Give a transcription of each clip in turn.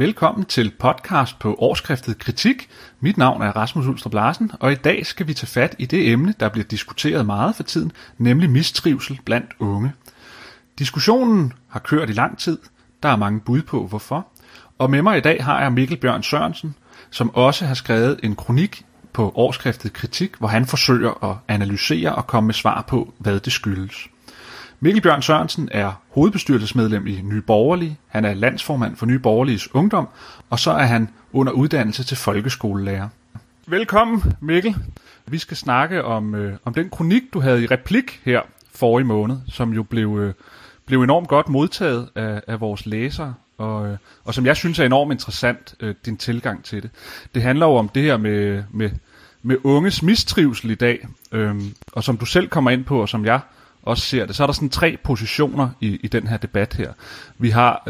velkommen til podcast på Årskriftet Kritik. Mit navn er Rasmus Ulstrup Larsen, og i dag skal vi tage fat i det emne, der bliver diskuteret meget for tiden, nemlig mistrivsel blandt unge. Diskussionen har kørt i lang tid, der er mange bud på hvorfor, og med mig i dag har jeg Mikkel Bjørn Sørensen, som også har skrevet en kronik på Årskriftet Kritik, hvor han forsøger at analysere og komme med svar på, hvad det skyldes. Mikkel Bjørn Sørensen er hovedbestyrelsesmedlem i Nye Borgerlige, han er landsformand for Nye Borgerliges Ungdom, og så er han under uddannelse til folkeskolelærer. Velkommen Mikkel. Vi skal snakke om den kronik, du havde i Replik her forrige måned, som jo blev enormt godt modtaget af vores læsere, og som jeg synes er enormt interessant, din tilgang til det. Det handler jo om det her med unges mistrivsel i dag, og som du selv kommer ind på, og som jeg også ser det, så er der sådan 3 positioner i den her debat her. Vi har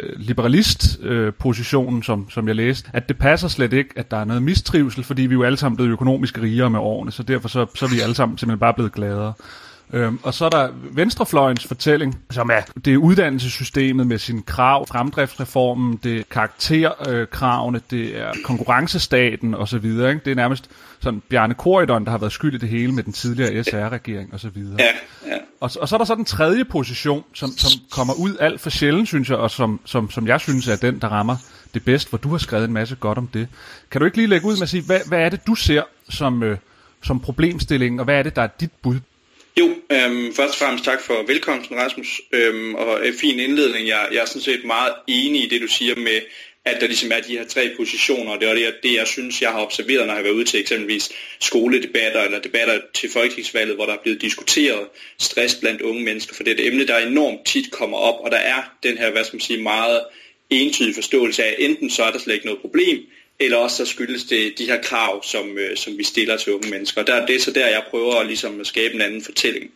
liberalist-positionen, som jeg læste, at det passer slet ikke, at der er noget mistrivsel, fordi vi jo alle sammen blevet økonomisk rigere med årene, så derfor så er vi alle sammen simpelthen bare blevet gladere. Og så er der venstrefløjens fortælling, som er det er uddannelsessystemet med sine krav, fremdriftsreformen, det er karakterkravene, det er konkurrencestaten osv. Det er nærmest sådan Bjarne Corydon, der har været skyld i det hele med den tidligere SR-regering osv. Ja. Og så er der så den tredje position, som kommer ud alt for sjældent, synes jeg, og som jeg synes er den, der rammer det bedst, hvor du har skrevet en masse godt om det. Kan du ikke lige lægge ud med at sige, hvad er det, du ser som problemstilling, og hvad er det, der er dit bud? Jo, først og fremmest tak for velkomsten, Rasmus, og en fin indledning. Jeg er sådan set meget enig i det, du siger med, at der ligesom er de her 3 positioner, og det er det, jeg synes, jeg har observeret, når jeg har været ude til eksempelvis skoledebatter eller debatter til folketingsvalget, hvor der er blevet diskuteret stress blandt unge mennesker, for det er et emne, der enormt tit kommer op, og der er den her, meget entydige forståelse af, enten så er der slet ikke noget problem, eller også så skyldes det de her krav, som vi stiller til unge mennesker. Og det er så der, jeg prøver ligesom at skabe en anden fortælling.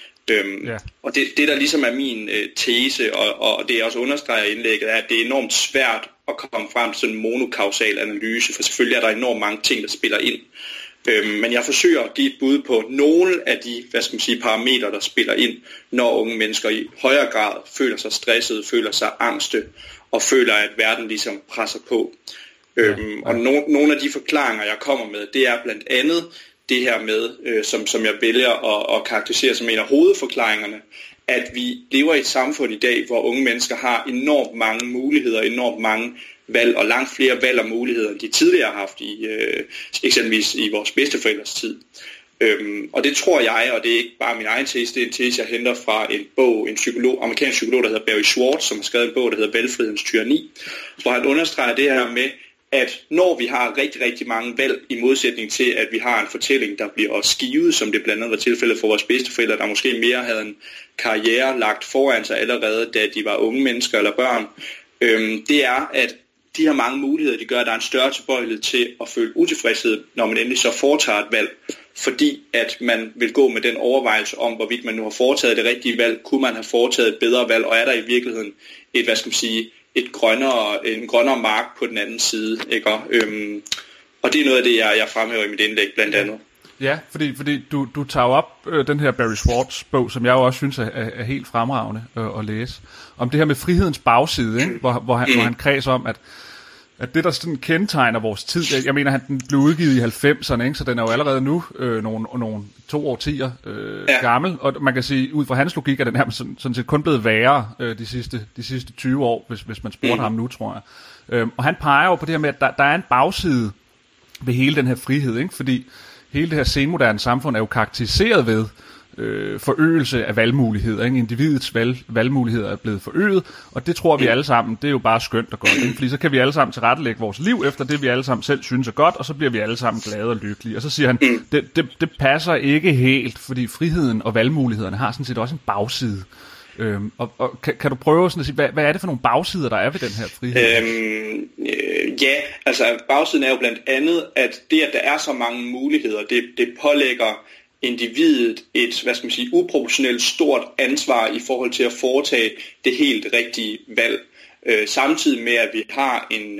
Og det der ligesom er min tese, og det jeg også understreger i indlægget, er, at det er enormt svært at komme frem til sådan en monokausal analyse, for selvfølgelig er der enormt mange ting, der spiller ind. Men jeg forsøger at give et bud på nogle af de, parametre, der spiller ind, når unge mennesker i højere grad føler sig stressede, føler sig angste, og føler, at verden ligesom presser på. Og nogle af de forklaringer, jeg kommer med, det er blandt andet det her med, som jeg vælger at karakterisere som en af hovedforklaringerne, at vi lever i et samfund i dag, hvor unge mennesker har enormt mange muligheder, enormt mange valg, og langt flere valg og muligheder, end de tidligere har haft eksempelvis i vores bedsteforældres tid. Og det tror jeg, og det er ikke bare min egen tese, det er en tese, jeg henter fra en bog, en amerikansk psykolog, der hedder Barry Schwartz, som har skrevet en bog, der hedder Valgfrihedens tyranni, hvor han understreger det her med, at når vi har rigtig, rigtig mange valg, i modsætning til, at vi har en fortælling, der bliver også skivet, som det blandt andet var tilfældet for vores bedsteforældre, der måske mere havde en karriere lagt foran sig allerede, da de var unge mennesker eller børn, det er, at de her mange muligheder, de gør, at der er en større tilbøjelighed til at føle utilfredshed, når man endelig så foretager et valg, fordi at man vil gå med den overvejelse om, hvorvidt man nu har foretaget det rigtige valg, kunne man have foretaget et bedre valg, og er der i virkeligheden en grønnere mark på den anden side, ikke? Og det er noget af det, jeg fremhæver i mit indlæg blandt andet. Ja, fordi du tager op den her Barry Schwartz bog, som jeg jo også synes er helt fremragende at læse, om det her med frihedens bagside, ikke? Hvor han kredser om, at det, der sådan kendetegner vores tid, jeg mener, den blev udgivet i 90'erne, ikke? Så den er jo allerede nu nogle 2 årtier gammel, og man kan sige, ud fra hans logik, er den her sådan set kun blevet værre de sidste 20 år, hvis man spurgte ham nu, tror jeg. Og han peger jo på det her med, at der er en bagside ved hele den her frihed, ikke? Fordi hele det her senmoderne samfund er jo karakteriseret ved forøgelse af valgmuligheder, ikke? Individets valgmuligheder er blevet forøget, og det tror vi alle sammen, det er jo bare skønt og godt, ikke? Fordi så kan vi alle sammen tilrettelægge vores liv efter det, vi alle sammen selv synes er godt, og så bliver vi alle sammen glade og lykkelige. Og så siger han, det passer ikke helt, fordi friheden og valgmulighederne har sådan set også en bagside. Og kan du prøve sådan at sige, hvad er det for nogle bagsider, der er ved den her frihed? Ja, altså bagsiden er jo blandt andet, at det, at der er så mange muligheder, det pålægger individet et, uproportionelt stort ansvar i forhold til at foretage det helt rigtige valg. Samtidig med, at vi har en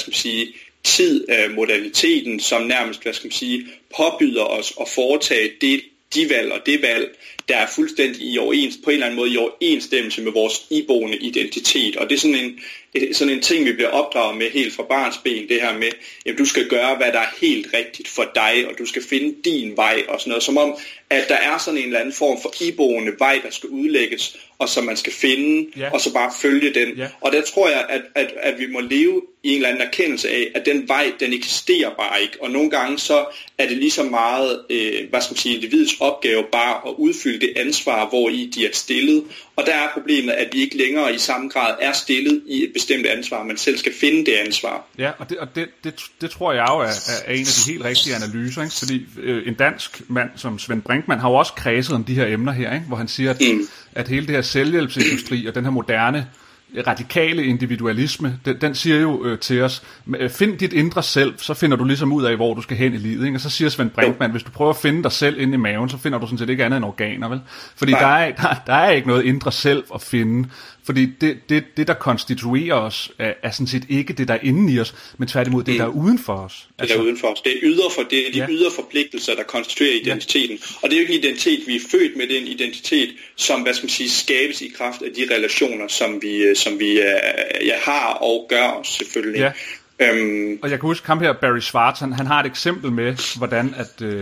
tid af moderniteten, som nærmest, påbyder os at foretage de valg og det valg, der er fuldstændig på en eller anden måde i overensstemmelse med vores iboende identitet. Og det er sådan en ting, vi bliver opdraget med helt fra barnsben, det her med, at du skal gøre, hvad der er helt rigtigt for dig, og du skal finde din vej og sådan noget, som om, at der er sådan en eller anden form for iboende vej, der skal udlægges, og som man skal finde, og så bare følge den. Og der tror jeg, at vi må leve i en eller anden erkendelse af, at den vej, den eksisterer bare ikke. Og nogle gange så er det lige så meget, individets opgave bare at udfylde det ansvar, hvor i de er stillet. Og der er problemet, at vi ikke længere i samme grad er stillet i et bestemt ansvar, man selv skal finde det ansvar. Ja, og det tror jeg jo er en af de helt rigtige analyser, ikke? Fordi en dansk mand som Svend Brinkmann har jo også kredset om de her emner her, ikke? Hvor han siger, at hele det her selvhjælpsindustri og den her moderne radikale individualisme, den siger jo til os, find dit indre selv, så finder du ligesom ud af, hvor du skal hen i livet, ikke? Og så siger Svend Brinkmann, hvis du prøver at finde dig selv inde i maven, så finder du sådan set ikke andet end organer, vel? Fordi der er ikke noget indre selv at finde, fordi det der konstituerer os, er sådan set ikke det, der er inde i os, men tværtimod det, der er uden for os. Det der er uden for os. Det er de ydre forpligtelser, der konstituerer identiteten. Og det er jo ikke en identitet, vi er født med, det er en identitet, som, skabes i kraft af de relationer, som vi har og gør os selvfølgelig. Ja. Og jeg kan huske ham her, Barry Schwartz, han har et eksempel med, hvordan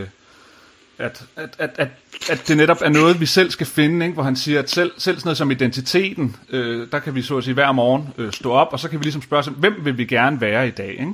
at det netop er noget, vi selv skal finde, ikke? Hvor han siger, at selv sådan noget som identiteten, der kan vi så at sige hver morgen stå op, og så kan vi ligesom spørge os, hvem vil vi gerne være i dag, ikke?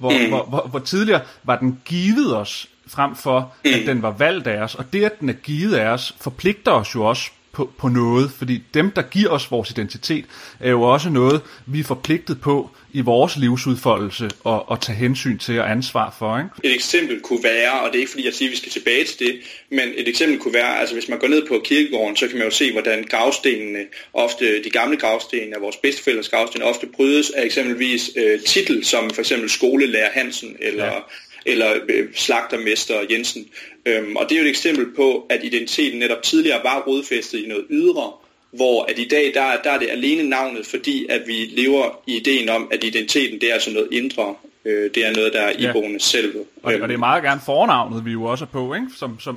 Hvor tidligere var den givet os, frem for at den var valgt af os, og det at den er givet af os, forpligter os jo også på noget, fordi dem, der giver os vores identitet, er jo også noget, vi er forpligtet på i vores livsudfoldelse og tage hensyn til og ansvar for, ikke? Et eksempel kunne være, og det er ikke fordi jeg siger, at vi skal tilbage til det, men et eksempel kunne være, altså hvis man går ned på kirkegården, så kan man jo se, hvordan gravstenene, ofte de gamle gravsten af vores bedsteforældres gravsten, ofte brydes af eksempelvis titel, som for eksempel skolelærer Hansen, eller slagtermester Jensen. Og det er jo et eksempel på, at identiteten netop tidligere var rodfæstet i noget ydre, hvor at i dag, der er det alene navnet, fordi at vi lever i ideen om, at identiteten, det er altså noget indre. Det er noget, der er iboende selv. Og det er meget gerne fornavnet, vi jo også er på, ikke?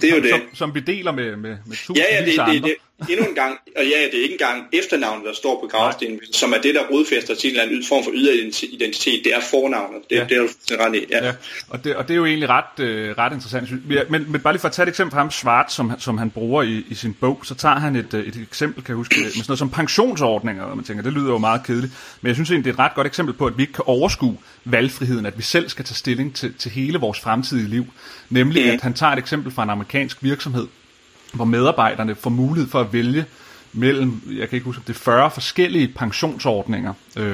Som vi deler med tusindvis af andre. Endnu en gang, og det er ikke engang efternavnet, der står på gravstenen, som er det, der rodfæster til en eller anden form for ydre-identitet. Det er fornavnet. Det er du ret i. Ja. Og det er jo egentlig ret interessant. Men bare lige for at tage et eksempel fra ham, Schwartz, som han bruger i sin bog, så tager han et eksempel, kan jeg huske, med sådan noget som pensionsordninger, og man tænker, det lyder jo meget kedeligt. Men jeg synes egentlig, det er et ret godt eksempel på, at vi ikke kan overskue valgfriheden, at vi selv skal tage stilling til hele vores fremtidige liv. Nemlig, at han tager et eksempel fra en amerikansk virksomhed, hvor medarbejderne får mulighed for at vælge mellem, jeg kan ikke huske, det er 40 forskellige pensionsordninger.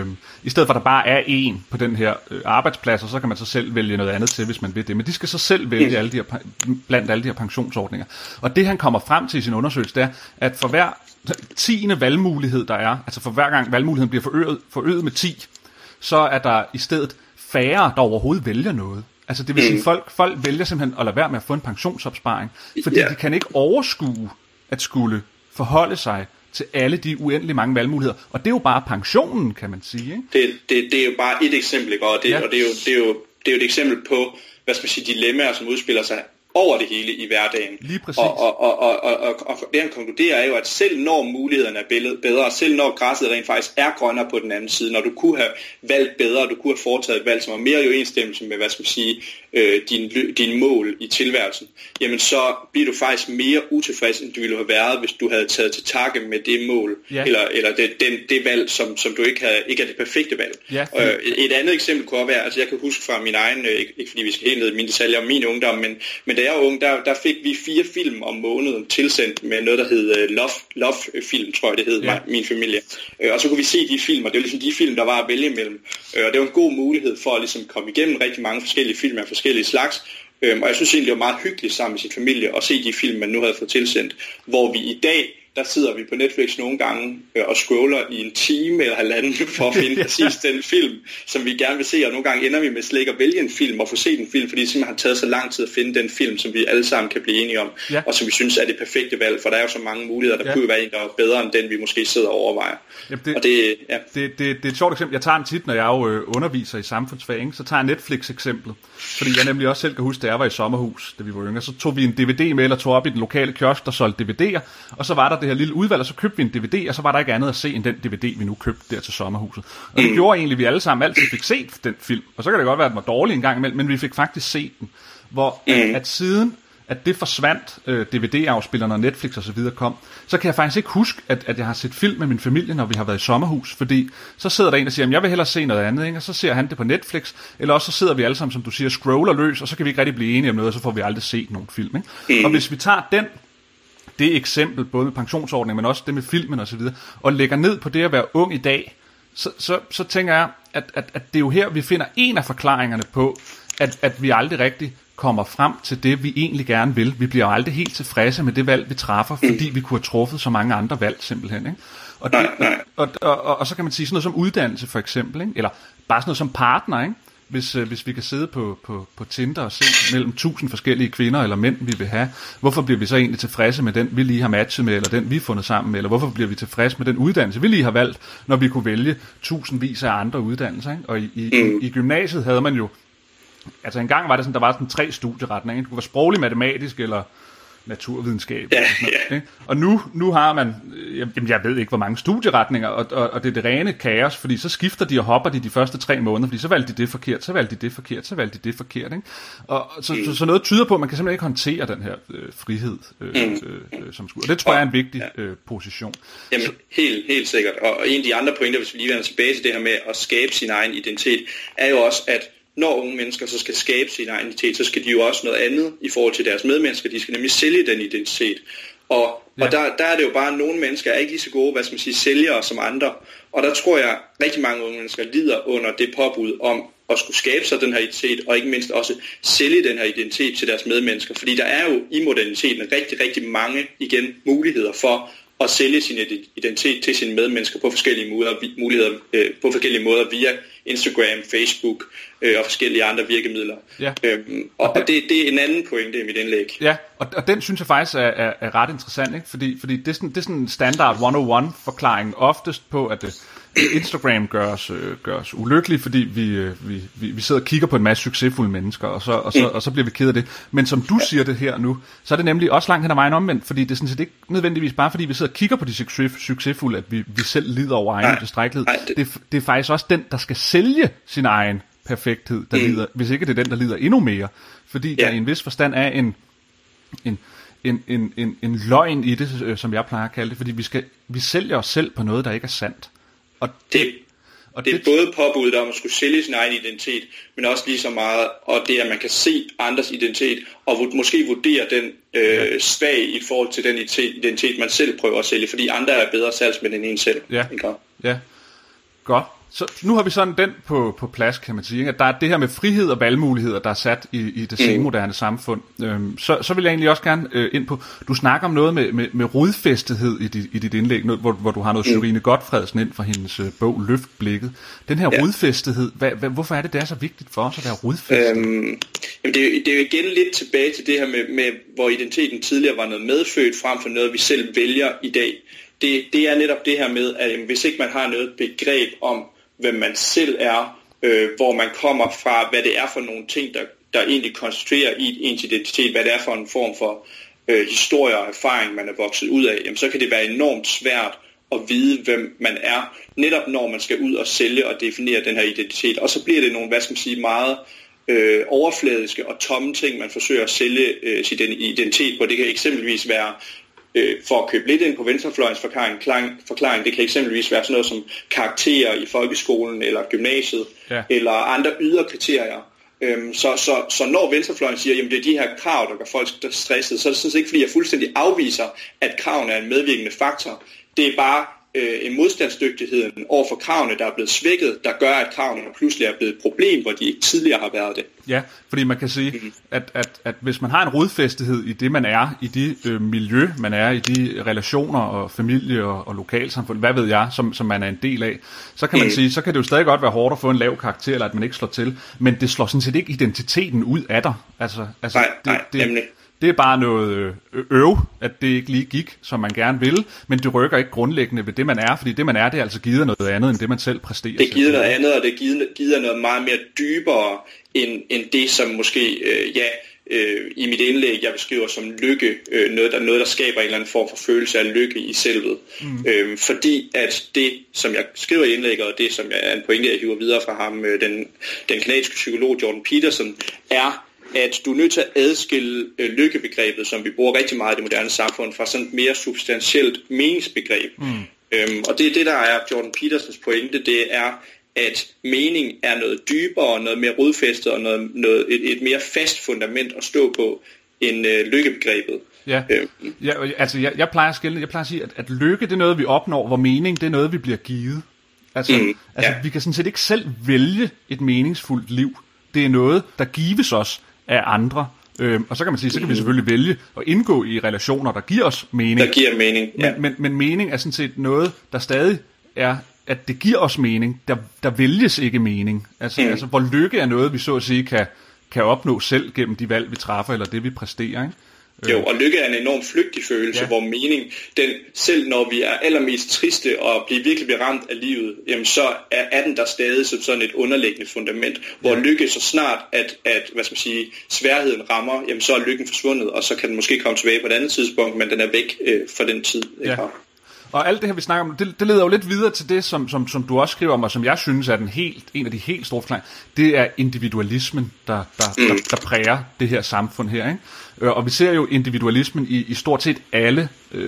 I stedet for, at der bare er én på den her arbejdsplads, og så kan man så selv vælge noget andet til, hvis man vil det. Men de skal så selv vælge blandt alle de her pensionsordninger. Og det, han kommer frem til i sin undersøgelse, det er, at for hver 10. valgmulighed, der er, altså for hver gang valgmuligheden bliver forøget med 10, så er der i stedet færre, der overhovedet vælger noget. Altså det vil sige, folk vælger simpelthen at lade være med at få en pensionsopsparing, fordi de kan ikke overskue at skulle forholde sig til alle de uendelige mange valgmuligheder. Og det er jo bare pensionen, kan man sige, ikke? Det er jo bare et eksempel, ikke? Og det er jo et eksempel på, dilemmaer, som udspiller sig over det hele i hverdagen. Lige præcis. Og det han konkluderer er jo, at selv når mulighederne er bedre, selv når græsset rent faktisk er grønnere på den anden side, når du kunne have valgt bedre, du kunne have foretaget et valg, som var mere i overensstemmelse med, dine mål i tilværelsen, jamen så bliver du faktisk mere utilfreds, end du ville have været, hvis du havde taget til takke med det mål, eller det valg, som du ikke er det perfekte valg. Ja, et andet eksempel kunne være, altså jeg kan huske fra min egen, ikke fordi vi skal helt ned i mine detaljer om min ungdom, men da jeg var ung, der fik vi 4 film om måneden tilsendt med noget, der hed Love-film, tror jeg det hed, min familie. Og så kunne vi se de film, og det var ligesom de film, der var at vælge imellem. Og det var en god mulighed for at ligesom komme igennem rigtig mange forskellige film af forskellige slags. Og jeg synes egentlig, det var meget hyggeligt sammen med sin familie at se de film, man nu havde fået tilsendt, hvor vi i dag der sidder vi på Netflix nogle gange og scroller i en time eller halvanden for at finde præcis den film, som vi gerne vil se, og nogle gange ender vi med slet ikke at vælge en film og få set en film, fordi det simpelthen har taget så lang tid at finde den film, som vi alle sammen kan blive enige om, og som vi synes er det perfekte valg, for der er jo så mange muligheder, der kunne være en, der er bedre end den, vi måske sidder og overvejer. Det er et sjovt eksempel. Jeg tager en tit, når jeg jo underviser i samfundsfag, ikke? Så tager jeg Netflix-eksemplet, fordi jeg nemlig også selv kan huske, da jeg var i sommerhus, da vi var yngre, så tog vi en DVD med, eller tog op i den lokale kiosk, der solgte DVD'er, og så var der det her lille udvalg, og så købte vi en DVD, og så var der ikke andet at se end den DVD, vi nu købte der til sommerhuset. Og det gjorde egentlig, at vi alle sammen altid fik set den film, og så kan det godt være, at den var dårlig en gang imellem, men vi fik faktisk set den, hvor at siden at det forsvandt, DVD-afspillerne og Netflix og så videre kom, så kan jeg faktisk ikke huske, at jeg har set film med min familie, når vi har været i sommerhus, fordi så sidder der en, der siger, jeg vil hellere se noget andet, ikke? Og så ser han det på Netflix, eller også så sidder vi alle sammen, som du siger, scroller løs, og så kan vi ikke rigtig blive enige om noget, og så får vi aldrig set nogen film, ikke? Og hvis vi tager det eksempel, både med pensionsordning, men også det med filmen og så videre, og lægger ned på det at være ung i dag, så tænker jeg, at det er jo her, vi finder en af forklaringerne på, at vi aldrig rigtig kommer frem til det, vi egentlig gerne vil. Vi bliver jo aldrig helt tilfredse med det valg, vi træffer, fordi vi kunne have truffet så mange andre valg, simpelthen, ikke? Og så kan man sige sådan noget som uddannelse, for eksempel, ikke? Eller bare sådan noget som partner, ikke? Hvis vi kan sidde på Tinder og se mellem 1000 forskellige kvinder eller mænd, vi vil have, hvorfor bliver vi så egentlig tilfredse med den, vi lige har matchet med, eller den, vi har fundet sammen med, eller hvorfor bliver vi tilfredse med den uddannelse, vi lige har valgt, når vi kunne vælge tusindvis af andre uddannelser, ikke? Og i gymnasiet havde man jo, altså engang var det sådan, der var sådan 3 studieretninger, ikke? Du kunne være sproglig, matematisk eller naturvidenskab. Ikke? Og nu har man, jeg ved ikke hvor mange studieretninger, og det er det rene kaos, fordi så skifter de og hopper de første 3 måneder, fordi så valgte de det forkert, så valgte de det forkert, så valgte de det forkert. Ikke? Og så noget tyder på, at man kan simpelthen ikke håndtere den her frihed som skud. Og det tror jeg er en vigtig position. Jamen, helt sikkert. Og en af de andre pointer, hvis vi lige vender tilbage til det her med at skabe sin egen identitet, er jo også, at når unge mennesker så skal skabe sin egen identitet, så skal de jo også noget andet i forhold til deres medmennesker. De skal nemlig sælge den identitet. Og der er det jo bare, at nogle mennesker er ikke lige så gode, sælgere som andre. Og der tror jeg, rigtig mange unge mennesker lider under det påbud om at skulle skabe sig den her identitet, og ikke mindst også sælge den her identitet til deres medmennesker. Fordi der er jo i moderniteten rigtig, rigtig mange muligheder for at sælge sin identitet til sine medmennesker på forskellige måder via Instagram, Facebook og forskellige andre virkemidler. Ja. Og det er en anden pointe i mit indlæg. Ja, og den synes jeg faktisk er ret interessant, ikke? Fordi det er sådan en standard 101-forklaring oftest på, at Instagram gør os ulykkelige, fordi vi sidder og kigger på en masse succesfulde mennesker, og så bliver vi ked af det. Men som du siger det her nu, så er det nemlig også langt hen ad vejen omvendt, fordi det er sådan set ikke nødvendigvis bare fordi vi sidder og kigger på de succesfulde, at vi selv lider over egen tilstrækkelighed. Det er faktisk også den, der skal sælge sin egen perfekthed, der lider, hvis ikke det er den, der lider endnu mere. Fordi der i en vis forstand er en løgn i det, som jeg plejer at kalde det, fordi vi sælger os selv på noget, der ikke er sandt. Og det er både påbuddet om at skulle sælge sin egen identitet, men også lige så meget, og det at man kan se andres identitet, og måske vurdere den svag i forhold til den identitet, man selv prøver at sælge, fordi andre er bedre salgsmænd end en selv. Ja, godt. Så nu har vi sådan den på plads, kan man sige, ikke? At der er det her med frihed og valgmuligheder, der er sat i det senmoderne samfund. Så vil jeg egentlig også gerne ind på, du snakker om noget med rodfæstethed i dit indlæg, hvor du har noget Sørine Gotfredsen ind fra hendes bog Løft blikket. Den her rodfæstethed, hvorfor er det så vigtigt for os at være rodfæstet? Det er jo igen lidt tilbage til det her med hvor identiteten tidligere var noget medfødt, frem for noget, vi selv vælger i dag. Det er netop det her med, at hvis ikke man har noget begreb om, hvem man selv er, hvor man kommer fra, hvad det er for nogle ting, der egentlig konstituerer i ens identitet, hvad det er for en form for historie og erfaring, man er vokset ud af, jamen, så kan det være enormt svært at vide, hvem man er, netop når man skal ud og sælge og definere den her identitet. Og så bliver det nogle, meget overfladiske og tomme ting, man forsøger at sælge sin identitet på. Det kan eksempelvis være, for at købe lidt ind på venstrefløjens forklaring, det kan eksempelvis være sådan noget som karakterer i folkeskolen eller gymnasiet, eller andre ydre kriterier. Så når venstrefløjen siger, jamen det er de her krav, der gør folk stressede, så er det sådan set ikke, fordi jeg fuldstændig afviser, at kravene er en medvirkende faktor. Det er bare en modstandsdygtigheden over for kravene, der er blevet svækket, der gør, at kravene pludselig er blevet et problem, hvor de ikke tidligere har været det. Ja, fordi man kan sige, at hvis man har en rodfæstighed i det, man er, i det miljø, man er, i de relationer og familie og lokalsamfund, hvad ved jeg, som man er en del af, så kan man sige, så kan det jo stadig godt være hårdt at få en lav karakter, eller at man ikke slår til, men det slår sådan set ikke identiteten ud af dig. Altså, Nej, nemlig. Det er bare noget at det ikke lige gik, som man gerne ville, men det rykker ikke grundlæggende ved det, man er, fordi det, man er, det er altså givet noget andet, end det, man selv præsterer. Det er givet noget andet, og det er givet noget meget mere dybere, end det, som måske, i mit indlæg, jeg beskriver som lykke, noget, der skaber en eller anden form for følelse af lykke i selvet. Fordi at det, som jeg skriver i indlægget, og det, som er en pointe, jeg hiver videre fra ham, den kanadiske psykolog Jordan Peterson, er, at du er nødt til at adskille lykkebegrebet, som vi bruger rigtig meget i det moderne samfund, fra sådan et mere substantielt meningsbegreb. Og det er det, der er Jordan Petersons pointe, det er, at mening er noget dybere, noget mere rodfæstet og et mere fast fundament at stå på end lykkebegrebet. Ja, altså jeg plejer at sige, at lykke, det er noget, vi opnår, hvor mening, det er noget, vi bliver givet. Altså vi kan sådan set ikke selv vælge et meningsfuldt liv. Det er noget, der gives os af andre. Og så kan man sige, så kan vi selvfølgelig vælge at indgå i relationer, der giver os mening. Der giver mening, ja. Men mening er sådan set noget, der stadig er, at det giver os mening. Der vælges ikke mening. Altså hvor lykke er noget, vi så at sige kan opnå selv gennem de valg, vi træffer, eller det, vi præsterer, ikke? Jo, og lykke er en enorm flygtig følelse, hvor mening, selv når vi er allermest triste og virkelig bliver ramt af livet, jamen så er den der stadig som sådan et underliggende fundament, hvor lykke så snart, at hvad skal man sige, sværheden rammer, jamen så er lykken forsvundet, og så kan den måske komme tilbage på et andet tidspunkt, men den er væk for den tid. Ja. Og alt det her, vi snakker om, det leder jo lidt videre til det, som du også skriver om, og som jeg synes er en af de helt store forklaringer. Det er individualismen, der præger det her samfund her, ikke? Og vi ser jo individualismen i stort set alle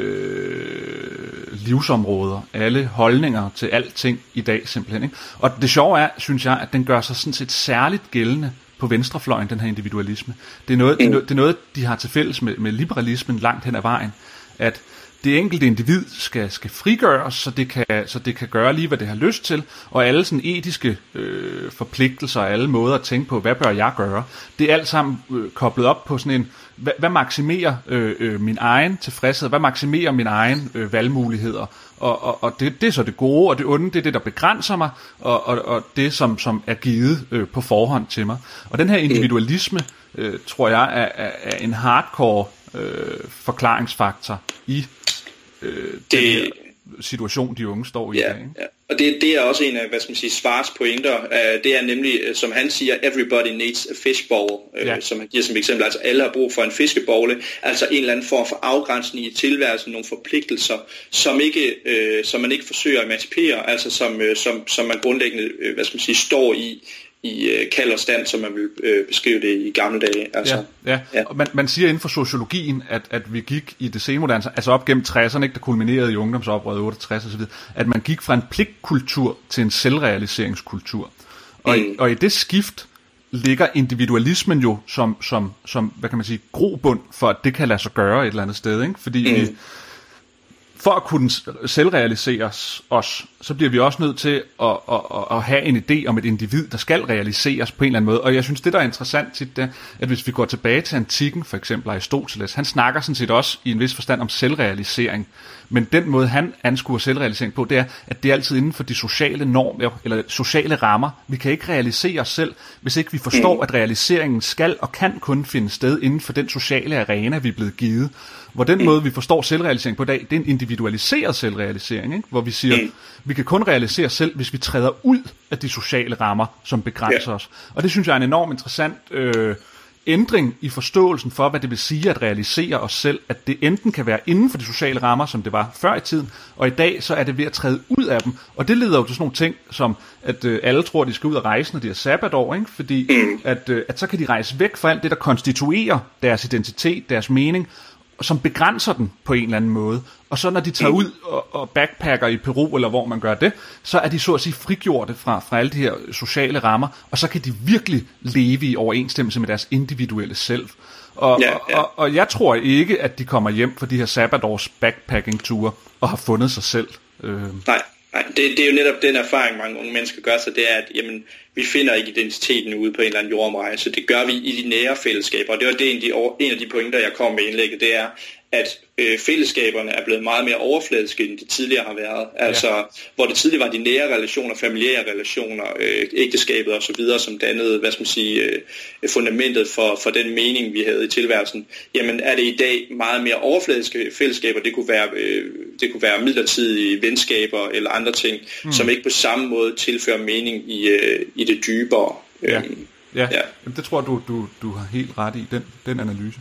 livsområder, alle holdninger til alting i dag simpelthen, ikke? Og det sjove er, synes jeg, at den gør sig sådan set særligt gældende på venstrefløjen, den her individualisme. Det er noget, de har til fælles med liberalismen langt hen ad vejen, at det enkelte individ skal frigøres, så det kan gøre lige, hvad det har lyst til, og alle sådan etiske forpligtelser og alle måder at tænke på, hvad bør jeg gøre, det er alt sammen koblet op på sådan en, hvad maksimerer min egen tilfredshed, hvad maksimerer min egen valgmuligheder, og det er så det gode, og det onde, det er det, der begrænser mig, og det, som er givet på forhånd til mig. Og den her individualisme, tror jeg, er en hardcore forklaringsfaktor i den her situation, de unge står i. Ja, ikke? Ja. Og det er også en af, hvad skal man sige, Svars pointer. Det er nemlig, som han siger, everybody needs a fishbowl, som han giver som eksempel. Altså alle har brug for en fiskebogle, altså en eller anden form for afgrænsning i tilværelsen, nogle forpligtelser, som man ikke forsøger at emancipere, altså som man grundlæggende, hvad skal man sige, står i kald og stand, som man vil beskrive det i gamle dage. Altså, ja. Og man siger inden for sociologien, at vi gik i det senmoderne, altså op gennem 60'erne, der kulminerede i ungdomsoprøret 68 osv., at man gik fra en pligtkultur til en selvrealiseringskultur. Og i det skift ligger individualismen jo som hvad kan man sige, grobund for, at det kan lade sig gøre et eller andet sted, ikke? Fordi for at kunne selvrealisere os, så bliver vi også nødt til at have en idé om et individ, der skal realiseres på en eller anden måde. Og jeg synes, det der er interessant tit, det er, at hvis vi går tilbage til antikken, for eksempel Aristoteles, han snakker sådan set også i en vis forstand om selvrealisering. Men den måde, han anskuer selvrealisering på, det er, at det er altid inden for de sociale normer, eller sociale rammer. Vi kan ikke realisere os selv, hvis ikke vi forstår, at realiseringen skal og kan kun finde sted inden for den sociale arena, vi er blevet givet. Hvor den måde, vi forstår selvrealisering på i dag, det er en individualiseret selvrealisering, ikke? Hvor vi siger, vi kan kun realisere os selv, hvis vi træder ud af de sociale rammer, som begrænser os. Og det synes jeg er en enormt interessant ændring i forståelsen for, hvad det vil sige at realisere os selv, at det enten kan være inden for de sociale rammer, som det var før i tiden, og i dag så er det ved at træde ud af dem. Og det leder jo til sådan nogle ting, som at alle tror, at de skal ud og rejse, når de er sabbatår, ikke? Fordi at så kan de rejse væk fra alt det, der konstituerer deres identitet, deres mening, som begrænser den på en eller anden måde. Og så når de tager ud og backpacker i Peru, eller hvor man gør det, så er de så at sige frigjorte fra alle de her sociale rammer, og så kan de virkelig leve i overensstemmelse med deres individuelle selv. Og jeg tror ikke, at de kommer hjem fra de her sabbatårs backpacking-ture og har fundet sig selv. Nej, det er jo netop den erfaring, mange unge mennesker gør sig, det er, at jamen, vi finder ikke identiteten ude på en eller anden jordomrejse. Det gør vi i de nære fællesskaber, og det var en af de pointer, jeg kom med indlægget, det er, at fællesskaberne er blevet meget mere overfladiske, end de tidligere har været. Altså, hvor det tidligere var de nære relationer, familiære relationer, ægteskabet osv., som dannede, fundamentet for den mening, vi havde i tilværelsen. Jamen, er det i dag meget mere overfladiske fællesskaber? Det kunne være midlertidige venskaber eller andre ting, som ikke på samme måde tilfører mening i det dybere. Ja. Jamen, det tror jeg, du har helt ret i, den analyse.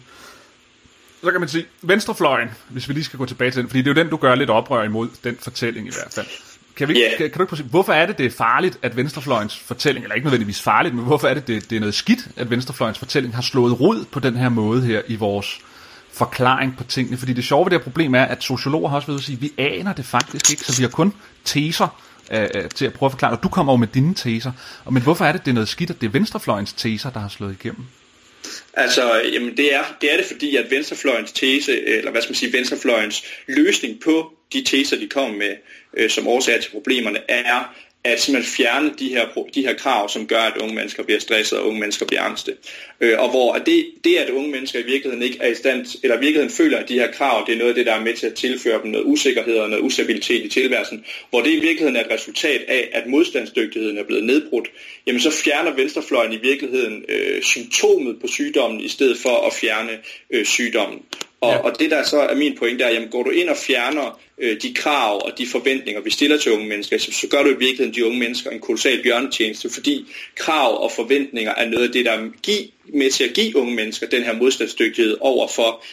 Så kan man sige, venstrefløjen, hvis vi lige skal gå tilbage til den, fordi det er jo den, du gør lidt oprør imod, den fortælling i hvert fald. Kan du ikke prøve, hvorfor er det er farligt, at venstrefløjens fortælling, eller ikke nødvendigvis farligt, men hvorfor er det er noget skidt, at venstrefløjens fortælling har slået rod på den her måde her i vores forklaring på tingene? Fordi det sjove ved det her problem er, at sociologer har også ved at sige, at vi aner det faktisk ikke, så vi har kun teser til at prøve at forklare, og du kommer jo med dine teser. Men hvorfor er det er noget skidt, at det er venstrefløjens teser, der har slået igennem? Altså, jamen det er det fordi, at venstrefløjens tese, eller venstrefløjens løsning på de teser, de kommer med som årsager til problemerne, er at simpelthen fjerne de her krav, som gør, at unge mennesker bliver stresset og unge mennesker bliver angste. Og hvor det, at unge mennesker i virkeligheden ikke er i stand, eller i virkeligheden føler, at de her krav, det er noget af det, der er med til at tilføre dem noget usikkerhed og noget ustabilitet i tilværelsen, hvor det i virkeligheden er et resultat af, at modstandsdygtigheden er blevet nedbrudt, jamen så fjerner venstrefløjen i virkeligheden symptomet på sygdommen, i stedet for at fjerne sygdommen. Og det der så er min pointe er, jamen går du ind og fjerner de krav og de forventninger, vi stiller til unge mennesker, så gør du i virkeligheden de unge mennesker en kolossal bjørnetjeneste, fordi krav og forventninger er noget af det, der er med til at give unge mennesker den her modstandsdygtighed over for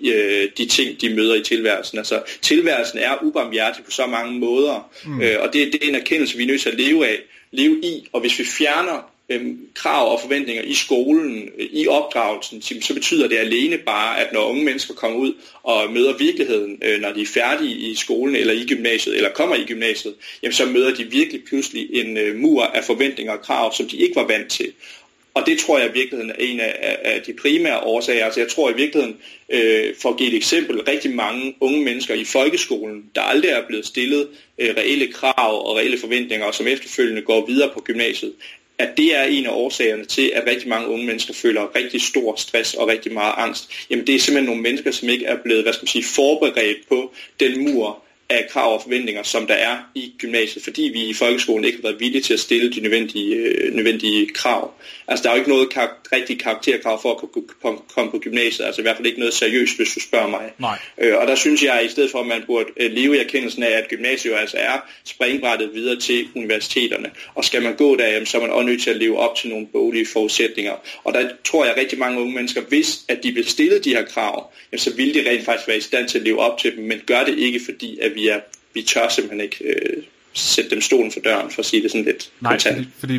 de ting, de møder i tilværelsen. Altså tilværelsen er ubarmhjertig på så mange måder, og det er en erkendelse, vi er nødt til at leve i, og hvis vi fjerner krav og forventninger i skolen, i opdragelsen, så betyder det alene bare, at når unge mennesker kommer ud og møder virkeligheden, når de er færdige i skolen eller i gymnasiet, eller kommer i gymnasiet, jamen så møder de virkelig pludselig en mur af forventninger og krav, som de ikke var vant til. Og det tror jeg i virkeligheden er en af de primære årsager. Altså jeg tror i virkeligheden, for at give et eksempel, rigtig mange unge mennesker i folkeskolen, der aldrig er blevet stillet reelle krav og reelle forventninger, og som efterfølgende går videre på gymnasiet, at det er en af årsagerne til, at rigtig mange unge mennesker føler rigtig stor stress og rigtig meget angst. Jamen det er simpelthen nogle mennesker, som ikke er blevet, forberedt på den mur af krav og forventninger, som der er i gymnasiet, fordi vi i folkeskolen ikke har været villige til at stille de nødvendige krav. Altså der er jo ikke noget rigtig karakterkrav for at komme på gymnasiet, altså i hvert fald ikke noget seriøst, hvis du spørger mig. Og der synes jeg, at i stedet for, at man burde leve i erkendelsen af, at gymnasiet altså er springbrættet videre til universiteterne, og skal man gå der, så er man også nødt til at leve op til nogle boglige forudsætninger. Og der tror jeg, at rigtig mange unge mennesker, hvis at de vil stille de her krav, så vil de rent faktisk være i stand til at leve op til dem, men gør det ikke, fordi at vi tør simpelthen ikke sætte dem stolen for døren, for at sige det sådan lidt. Nej, fordi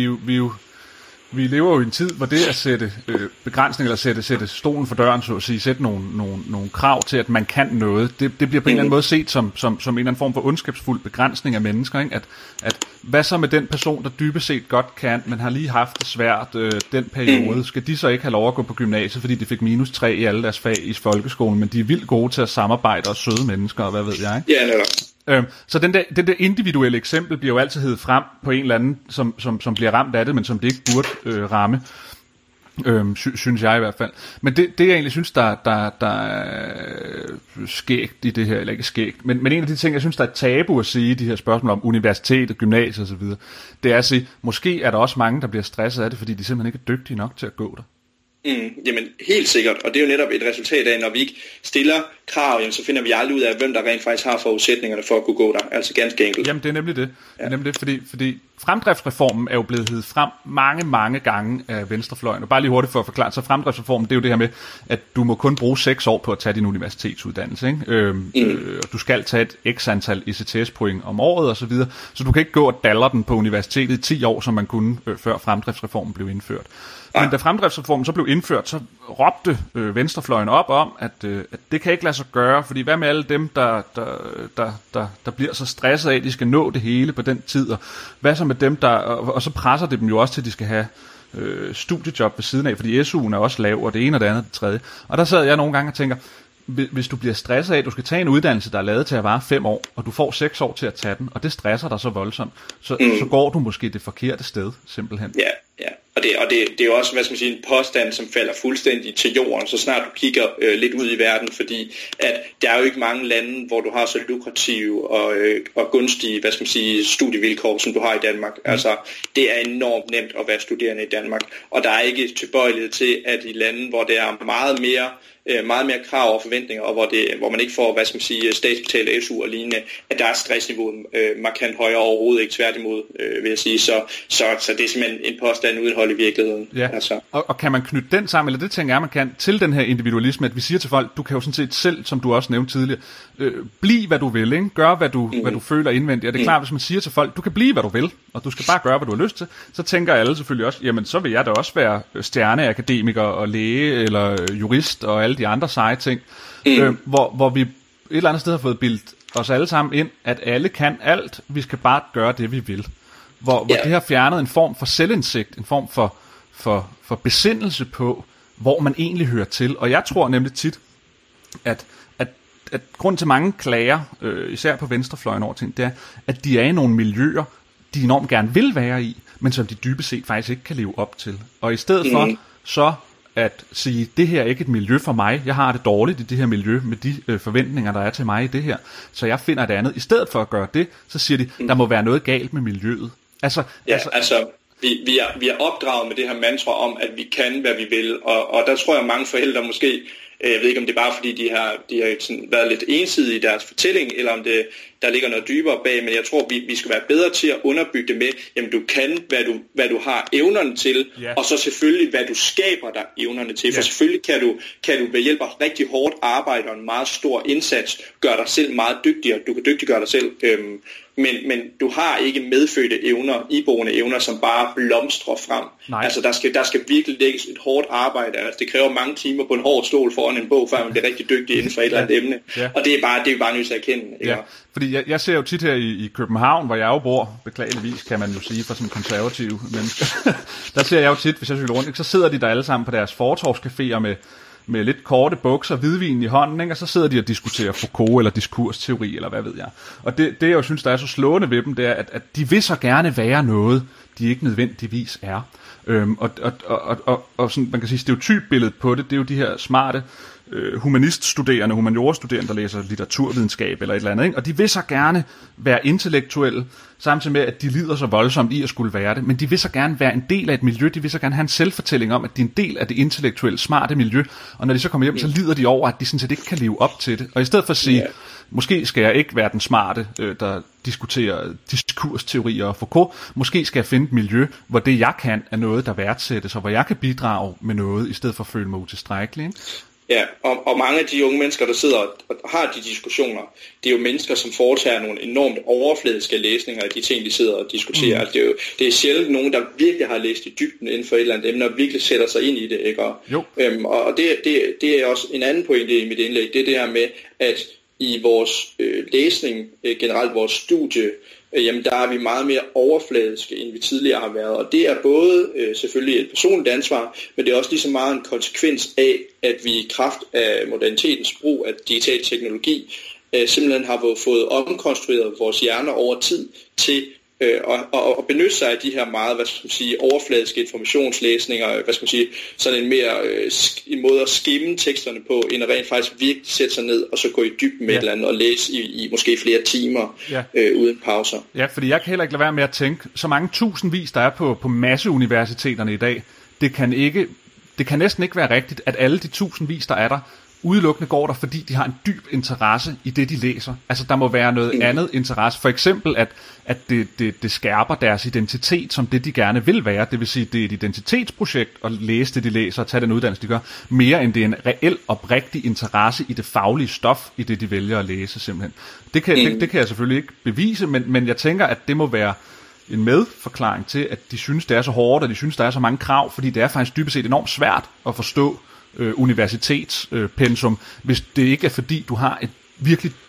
vi lever jo i en tid, hvor det at sætte begrænsninger, eller sætte stolen for døren, så at sige, sætte nogle krav til, at man kan noget, det bliver på en eller anden måde set som en eller anden form for ondskabsfuld begrænsning af mennesker, ikke? At hvad så med den person, der dybest set godt kan, men har lige haft det svært den periode, skal de så ikke have lov at gå på gymnasiet, fordi de fik -3 i alle deres fag i folkeskolen, men de er vildt gode til at samarbejde og søde mennesker, og hvad ved jeg, ikke? Ja, netop. Så den der individuelle eksempel bliver jo altid heddet frem på en eller anden, som bliver ramt af det, men som det ikke burde ramme, synes jeg i hvert fald. Men det jeg egentlig synes, der er skægt i det her, eller ikke skægt, men en af de ting, jeg synes, der er tabu at sige i de her spørgsmål om universitet, gymnasiet osv., det er at sige, måske er der også mange, der bliver stresset af det, fordi de simpelthen ikke er dygtige nok til at gå der. Jamen helt sikkert, og det er jo netop et resultat af, når vi ikke stiller krav, jamen, så finder vi aldrig ud af, hvem der rent faktisk har forudsætningerne for at kunne gå der, altså ganske enkelt. Jamen det er nemlig det, fordi fremdriftsreformen er jo blevet hedet frem mange gange af venstrefløjen, og bare lige hurtigt for at forklare, så fremdriftsreformen, det er jo det her med, at du må kun bruge 6 år på at tage din universitetsuddannelse, ikke? Og du skal tage et x antal ECTS-point om året og så videre, så du kan ikke gå og dalle den på universitetet i 10 år, som man kunne før fremdriftsreformen blev indført. Men da fremdriftsreformen så blev indført, så råbte venstrefløjen op om, at det kan ikke lade sig gøre, fordi hvad med alle dem, der bliver så stresset af, at de skal nå det hele på den tid, og hvad så med dem, og så presser det dem jo også til, at de skal have studiejob ved siden af, fordi SU'en er også lav, og det ene og det andet og det tredje. Og der sad jeg nogle gange og tænker, hvis du bliver stresset af, at du skal tage en uddannelse, der er lavet til at vare 5 år, og du får 6 år til at tage den, og det stresser dig så voldsomt, så går du måske det forkerte sted, simpelthen. Ja. Og det er jo også, hvad skal man sige, en påstand, som falder fuldstændig til jorden, så snart du kigger lidt ud i verden, fordi at der er jo ikke mange lande, hvor du har så lukrative og gunstige, hvad skal man sige, studievilkår, som du har i Danmark. Altså, det er enormt nemt at være studerende i Danmark, og der er ikke tilbøjelighed til, at i lande, hvor der er meget mere krav og forventninger, og hvor man ikke får, hvad skal man sige, statsbetalt SU og lignende, at der er stressniveauet markant højere overhovedet, ikke tværtimod, vil jeg sige. Så det er simpelthen en påstand uden hold i virkeligheden. Ja. Altså. Og kan man knytte den sammen, eller det tænker jeg, man kan, til den her individualisme, at vi siger til folk, du kan jo sådan set selv, som du også nævnte tidligere, bliv hvad du vil, ikke? Gør hvad du føler indvendigt. Og det er klart, hvis man siger til folk, du kan blive hvad du vil, og du skal bare gøre, hvad du har lyst til, så tænker alle selvfølgelig også, jamen så vil jeg da også være stjerneakademiker og læge, eller jurist og alle de andre seje ting, hvor vi et eller andet sted har fået bildt os alle sammen ind, at alle kan alt, vi skal bare gøre det, vi vil. Hvor det har fjernet en form for selvindsigt, en form for besindelse på, hvor man egentlig hører til. Og jeg tror nemlig tit, at grund til mange klager, især på venstrefløjen over ting, det er, at de er i nogle miljøer, de enormt gerne vil være i, men som de dybest set faktisk ikke kan leve op til. Og i stedet for så at sige, det her er ikke et miljø for mig, jeg har det dårligt i det her miljø, med de forventninger, der er til mig i det her, så jeg finder et andet. I stedet for at gøre det, så siger de, der må være noget galt med miljøet. Vi er opdraget med det her mantra om, at vi kan, hvad vi vil, og der tror jeg, mange forældre måske, jeg ved ikke, om det er bare fordi, de har sådan været lidt ensidige i deres fortælling, eller om der ligger noget dybere bag, men jeg tror, vi skal være bedre til at underbygge det med, jamen du kan, hvad du har evnerne til, og så selvfølgelig, hvad du skaber dig evnerne til. For selvfølgelig kan du ved hjælp af rigtig hårdt arbejde og en meget stor indsats gøre dig selv meget dygtigere. Du kan dygtiggøre dig selv, men du har ikke medfødte evner, iboende evner, som bare blomstrer frem. Nej. Altså der skal virkelig lægges et hårdt arbejde. Altså, det kræver mange timer på en hård stol foran en bog, før man bliver rigtig dygtig inden for et eller andet emne. Ja. Og det er bare nødt til at erkende. Ikke? Ja. Fordi jeg ser jo tit her i København, hvor jeg jo bor, beklageligvis kan man jo sige for sådan konservative mennesker, der ser jeg jo tit, hvis jeg cykler rundt, så sidder de der alle sammen på deres fortovscaféer med lidt korte bukser, hvidvin i hånden, ikke? Og så sidder de og diskuterer Foucault eller diskursteori, eller hvad ved jeg. Og det jeg jo synes, der er så slående ved dem, det er, at de vil så gerne være noget, de ikke nødvendigvis er. Og sådan, man kan sige, stereotypbilledet på det er jo de her smarte humaniststuderende, humaniorstuderende, der læser litteraturvidenskab eller et eller andet, ikke? Og de vil så gerne være intellektuelle, samtidig med, at de lider så voldsomt i at skulle være det, men de vil så gerne være en del af et miljø, de vil så gerne have en selvfortælling om, at de er en del af det intellektuelle, smarte miljø, og når de så kommer hjem, så lider de over, at de sådan set ikke kan leve op til det. Og i stedet for at sige, måske skal jeg ikke være den smarte, der diskuterer diskursteorier og Foucault, måske skal jeg finde et miljø, hvor det jeg kan er noget, der værdsættes, og hvor jeg kan bidrage med noget, i stedet for at føle mig utilstrækkelig, ikke? Ja, og mange af de unge mennesker, der sidder og har de diskussioner, det er jo mennesker, som foretager nogle enormt overfladiske læsninger af de ting, de sidder og diskuterer. Altså, det er sjældent nogen, der virkelig har læst i dybden inden for et eller andet emne, og virkelig sætter sig ind i det, ikke? Og det er også en anden pointe i mit indlæg, det er det her med, at i vores læsning, generelt vores studie, jamen der er vi meget mere overfladiske, end vi tidligere har været. Og det er både selvfølgelig et personligt ansvar, men det er også lige så meget en konsekvens af, at vi i kraft af modernitetens brug af digital teknologi simpelthen har fået omkonstrueret vores hjerner over tid til at benytte sig af de her meget, hvad skal man sige, overfladiske informationslæsninger, hvad skal man sige, sådan en mere en måde at skimme teksterne på, end at rent faktisk virkelig sætte sig ned og så gå i dybden med et eller andet og læse i måske flere timer uden pauser. Ja, fordi jeg kan heller ikke lade være med at tænke, så mange tusindvis, der er på masseuniversiteterne i dag, det kan næsten ikke være rigtigt, at alle de tusindvis, der er der, udelukkende går der, fordi de har en dyb interesse i det, de læser. Altså, der må være noget andet interesse. For eksempel, at det skærper deres identitet som det, de gerne vil være. Det vil sige, det er et identitetsprojekt at læse det, de læser og tage den uddannelse, de gør, mere end det er en reel, oprigtig interesse i det faglige stof, i det, de vælger at læse, simpelthen. Det kan jeg selvfølgelig ikke bevise, men jeg tænker, at det må være en medforklaring til, at de synes, det er så hårdt, og de synes, der er så mange krav, fordi det er faktisk dybest set enormt svært at forstå universitetspensum, hvis det ikke er fordi, du har et virkelig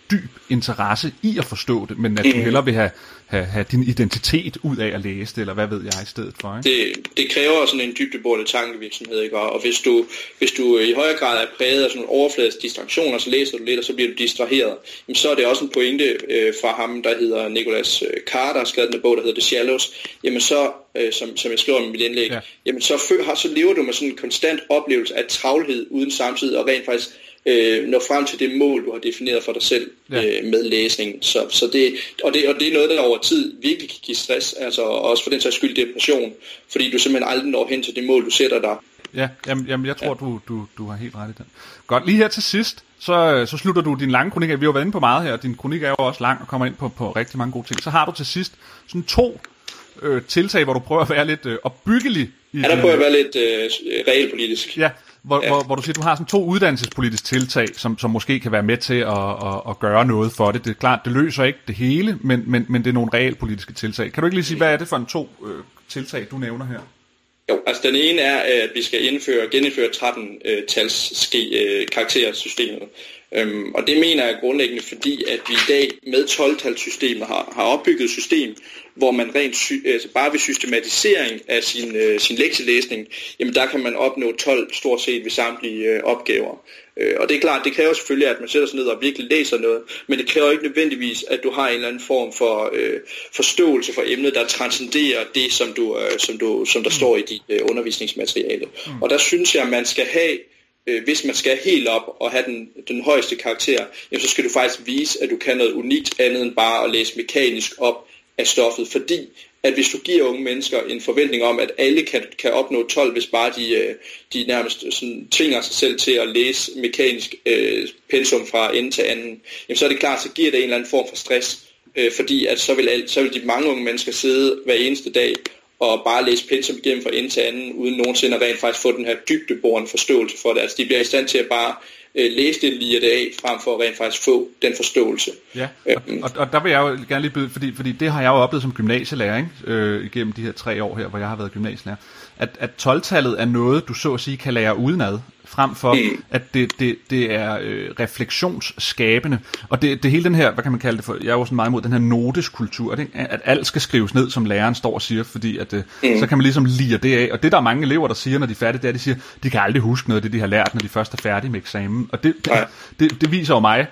dyb interesse i at forstå det, men at du hellere vil have din identitet ud af at læse det, eller hvad ved jeg i stedet for, ikke? Det kræver sådan en dybdeborende tankevirksomhed, ikke? Og hvis du i højere grad er præget af sådan nogle overfladiske distraktioner, så læser du lidt, og så bliver du distraheret. Jamen, så er det også en pointe fra ham, der hedder Nicholas Carr, der har skrevet den bog, der hedder The Shallows. Jamen så, som jeg skriver i mit indlæg, jamen så lever du med sådan en konstant oplevelse af travlhed, uden samtidig og rent faktisk nå frem til det mål, du har defineret for dig selv med læsningen. Så det er noget, der over tid virkelig kan give stress, altså også for den sags skyld depression, fordi du simpelthen aldrig når hen til det mål, du sætter dig. Ja, jamen jeg tror, du har helt ret i den. Godt, lige her til sidst, så slutter du din lange kronik af. Vi har jo været inde på meget her, og din kronik er jo også lang og kommer ind på rigtig mange gode ting. Så har du til sidst sådan 2 tiltag, hvor du prøver at være lidt opbyggelig. Der prøver at være lidt realpolitisk. Ja, hvor du siger, du har sådan 2 uddannelsespolitiske tiltag, som måske kan være med til at gøre noget for det. Det er klart, det løser ikke det hele, men det er nogle realpolitiske tiltag. Kan du ikke lige sige, hvad er det for en 2 tiltag, du nævner her? Jo, altså den ene er, at vi skal genindføre 13-tals karaktersystemet. Og det mener jeg grundlæggende, fordi at vi i dag med 12-talssystemet har opbygget et system, hvor man bare ved systematisering af sin lektielæsning, jamen der kan man opnå 12 stort set ved samtlige opgaver. Og det er klart, det kræver selvfølgelig, at man sætter sig ned og virkelig læser noget, men det kræver ikke nødvendigvis, at du har en eller anden form for forståelse for emnet, der transcenderer det, som der står i dit undervisningsmateriale. Og der synes jeg, at man skal have, hvis man skal helt op og have den højeste karakter, jamen, så skal du faktisk vise, at du kan noget unikt andet end bare at læse mekanisk op af stoffet, fordi at hvis du giver unge mennesker en forventning om, at alle kan opnå 12, hvis bare de nærmest sådan tvinger sig selv til at læse mekanisk pensum fra ende til anden, jamen, så er det klart, så giver det en eller anden form for stress, fordi at så vil de mange unge mennesker sidde hver eneste dag og bare læse pensum igennem fra ende til anden, uden nogensinde at rent faktisk få den her dybdeborende forståelse for det. Altså de bliver i stand til at bare læse det lige det af, frem for at rent faktisk få den forståelse. Ja, og der vil jeg jo gerne lige byde, fordi det har jeg jo oplevet som gymnasielærer, ikke? Igennem de her 3 år her, hvor jeg har været gymnasielærer, at 12-tallet er noget, du så at sige kan lære udenad, frem for at det er refleksionsskabende. Og det hele den her, hvad kan man kalde det for, jeg er jo sådan meget imod den her noteskultur, at alt skal skrives ned, som læreren står og siger, fordi at, så kan man ligesom lire det af. Og det der er mange elever, der siger, når de er færdige, det er, de siger, de kan aldrig huske noget af det, de har lært, når de først er færdige med eksamen. Og det viser jo mig,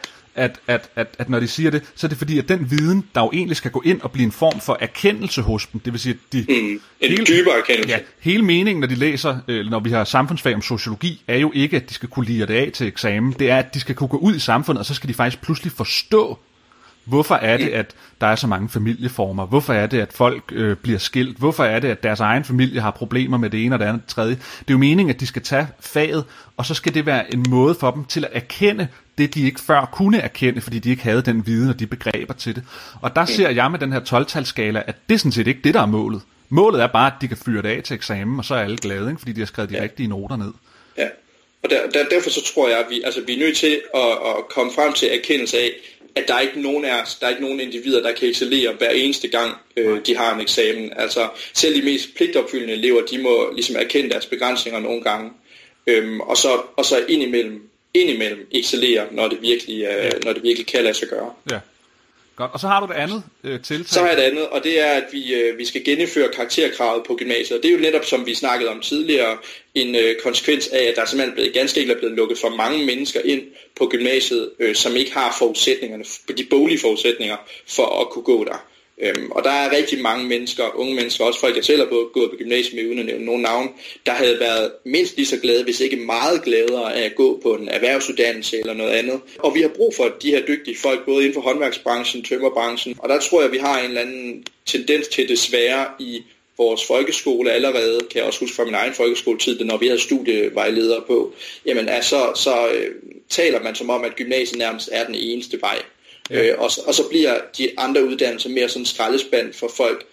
at når de siger det, så er det fordi, at den viden, der jo egentlig skal gå ind og blive en form for erkendelse hos dem, det vil sige, at en dybere erkendelse. Ja, hele meningen, når de læser, når vi har samfundsfag om sociologi, er jo ikke, at de skal kunne lire det af til eksamen. Det er, at de skal kunne gå ud i samfundet, og så skal de faktisk pludselig forstå, hvorfor er det, at der er så mange familieformer? Hvorfor er det, at folk bliver skilt? Hvorfor er det, at deres egen familie har problemer med det ene og det andet og det tredje? Det er jo meningen, at de skal tage faget, og så skal det være en måde for dem til at erkende det, de ikke før kunne erkende, fordi de ikke havde den viden og de begreber til det. Og der ser jeg med den her 12-talsskala, at det er sådan set ikke det, der er målet. Målet er bare, at de kan fyre det af til eksamen, og så er alle glade, ikke? Fordi de har skrevet de rigtige noter ned. Ja, og derfor så tror jeg, at vi er nødt til at komme frem til erkendelse af, at der er ikke nogen af os, der er ikke nogen individer, der kan excellere hver eneste gang, de har en eksamen. Altså selv de mest pligtopfyldende elever, de må ligesom erkende deres begrænsninger nogle gange, og så indimellem excellere, når det virkelig kan lade sig gøre. Ja. Godt. Og så har du det andet tiltag. Så har jeg det andet, og det er, at vi skal genindføre karakterkravet på gymnasiet. Og det er jo netop, som vi snakkede om tidligere, en konsekvens af, at der simpelthen ganske enkelt er blevet lukket for mange mennesker ind på gymnasiet, som ikke har forudsætningerne, de boglige forudsætninger for at kunne gå der. Og der er rigtig mange mennesker, unge mennesker, også folk, jeg selv har gået på gymnasiet med, uden at nævne nogen navn, der havde været mindst lige så glade, hvis ikke meget gladere af at gå på en erhvervsuddannelse eller noget andet. Og vi har brug for de her dygtige folk, både inden for håndværksbranchen, tømmerbranchen, og der tror jeg, at vi har en eller anden tendens til desværre i vores folkeskole allerede, kan jeg også huske fra min egen folkeskoletid, når vi havde studievejledere på, jamen så taler man som om, at gymnasiet nærmest er den eneste vej. Ja. Og så bliver de andre uddannelser mere sådan en skraldespand for folk,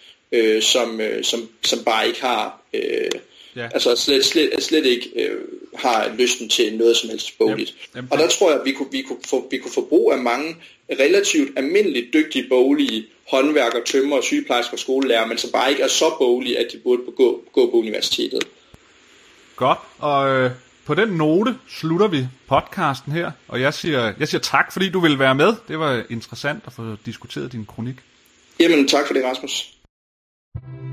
som bare ikke har, altså slet ikke har lysten til noget som helst bogligt. Og der tror jeg, at vi kunne få brug af mange relativt almindeligt dygtige boglige håndværkere, tømrere, sygeplejersker og skolelærer, men som bare ikke er så boglige, at de burde gå på universitetet. Godt, og på den note slutter vi podcasten her, og jeg siger tak, fordi du ville være med. Det var interessant at få diskuteret din kronik. Jamen, tak for det, Rasmus.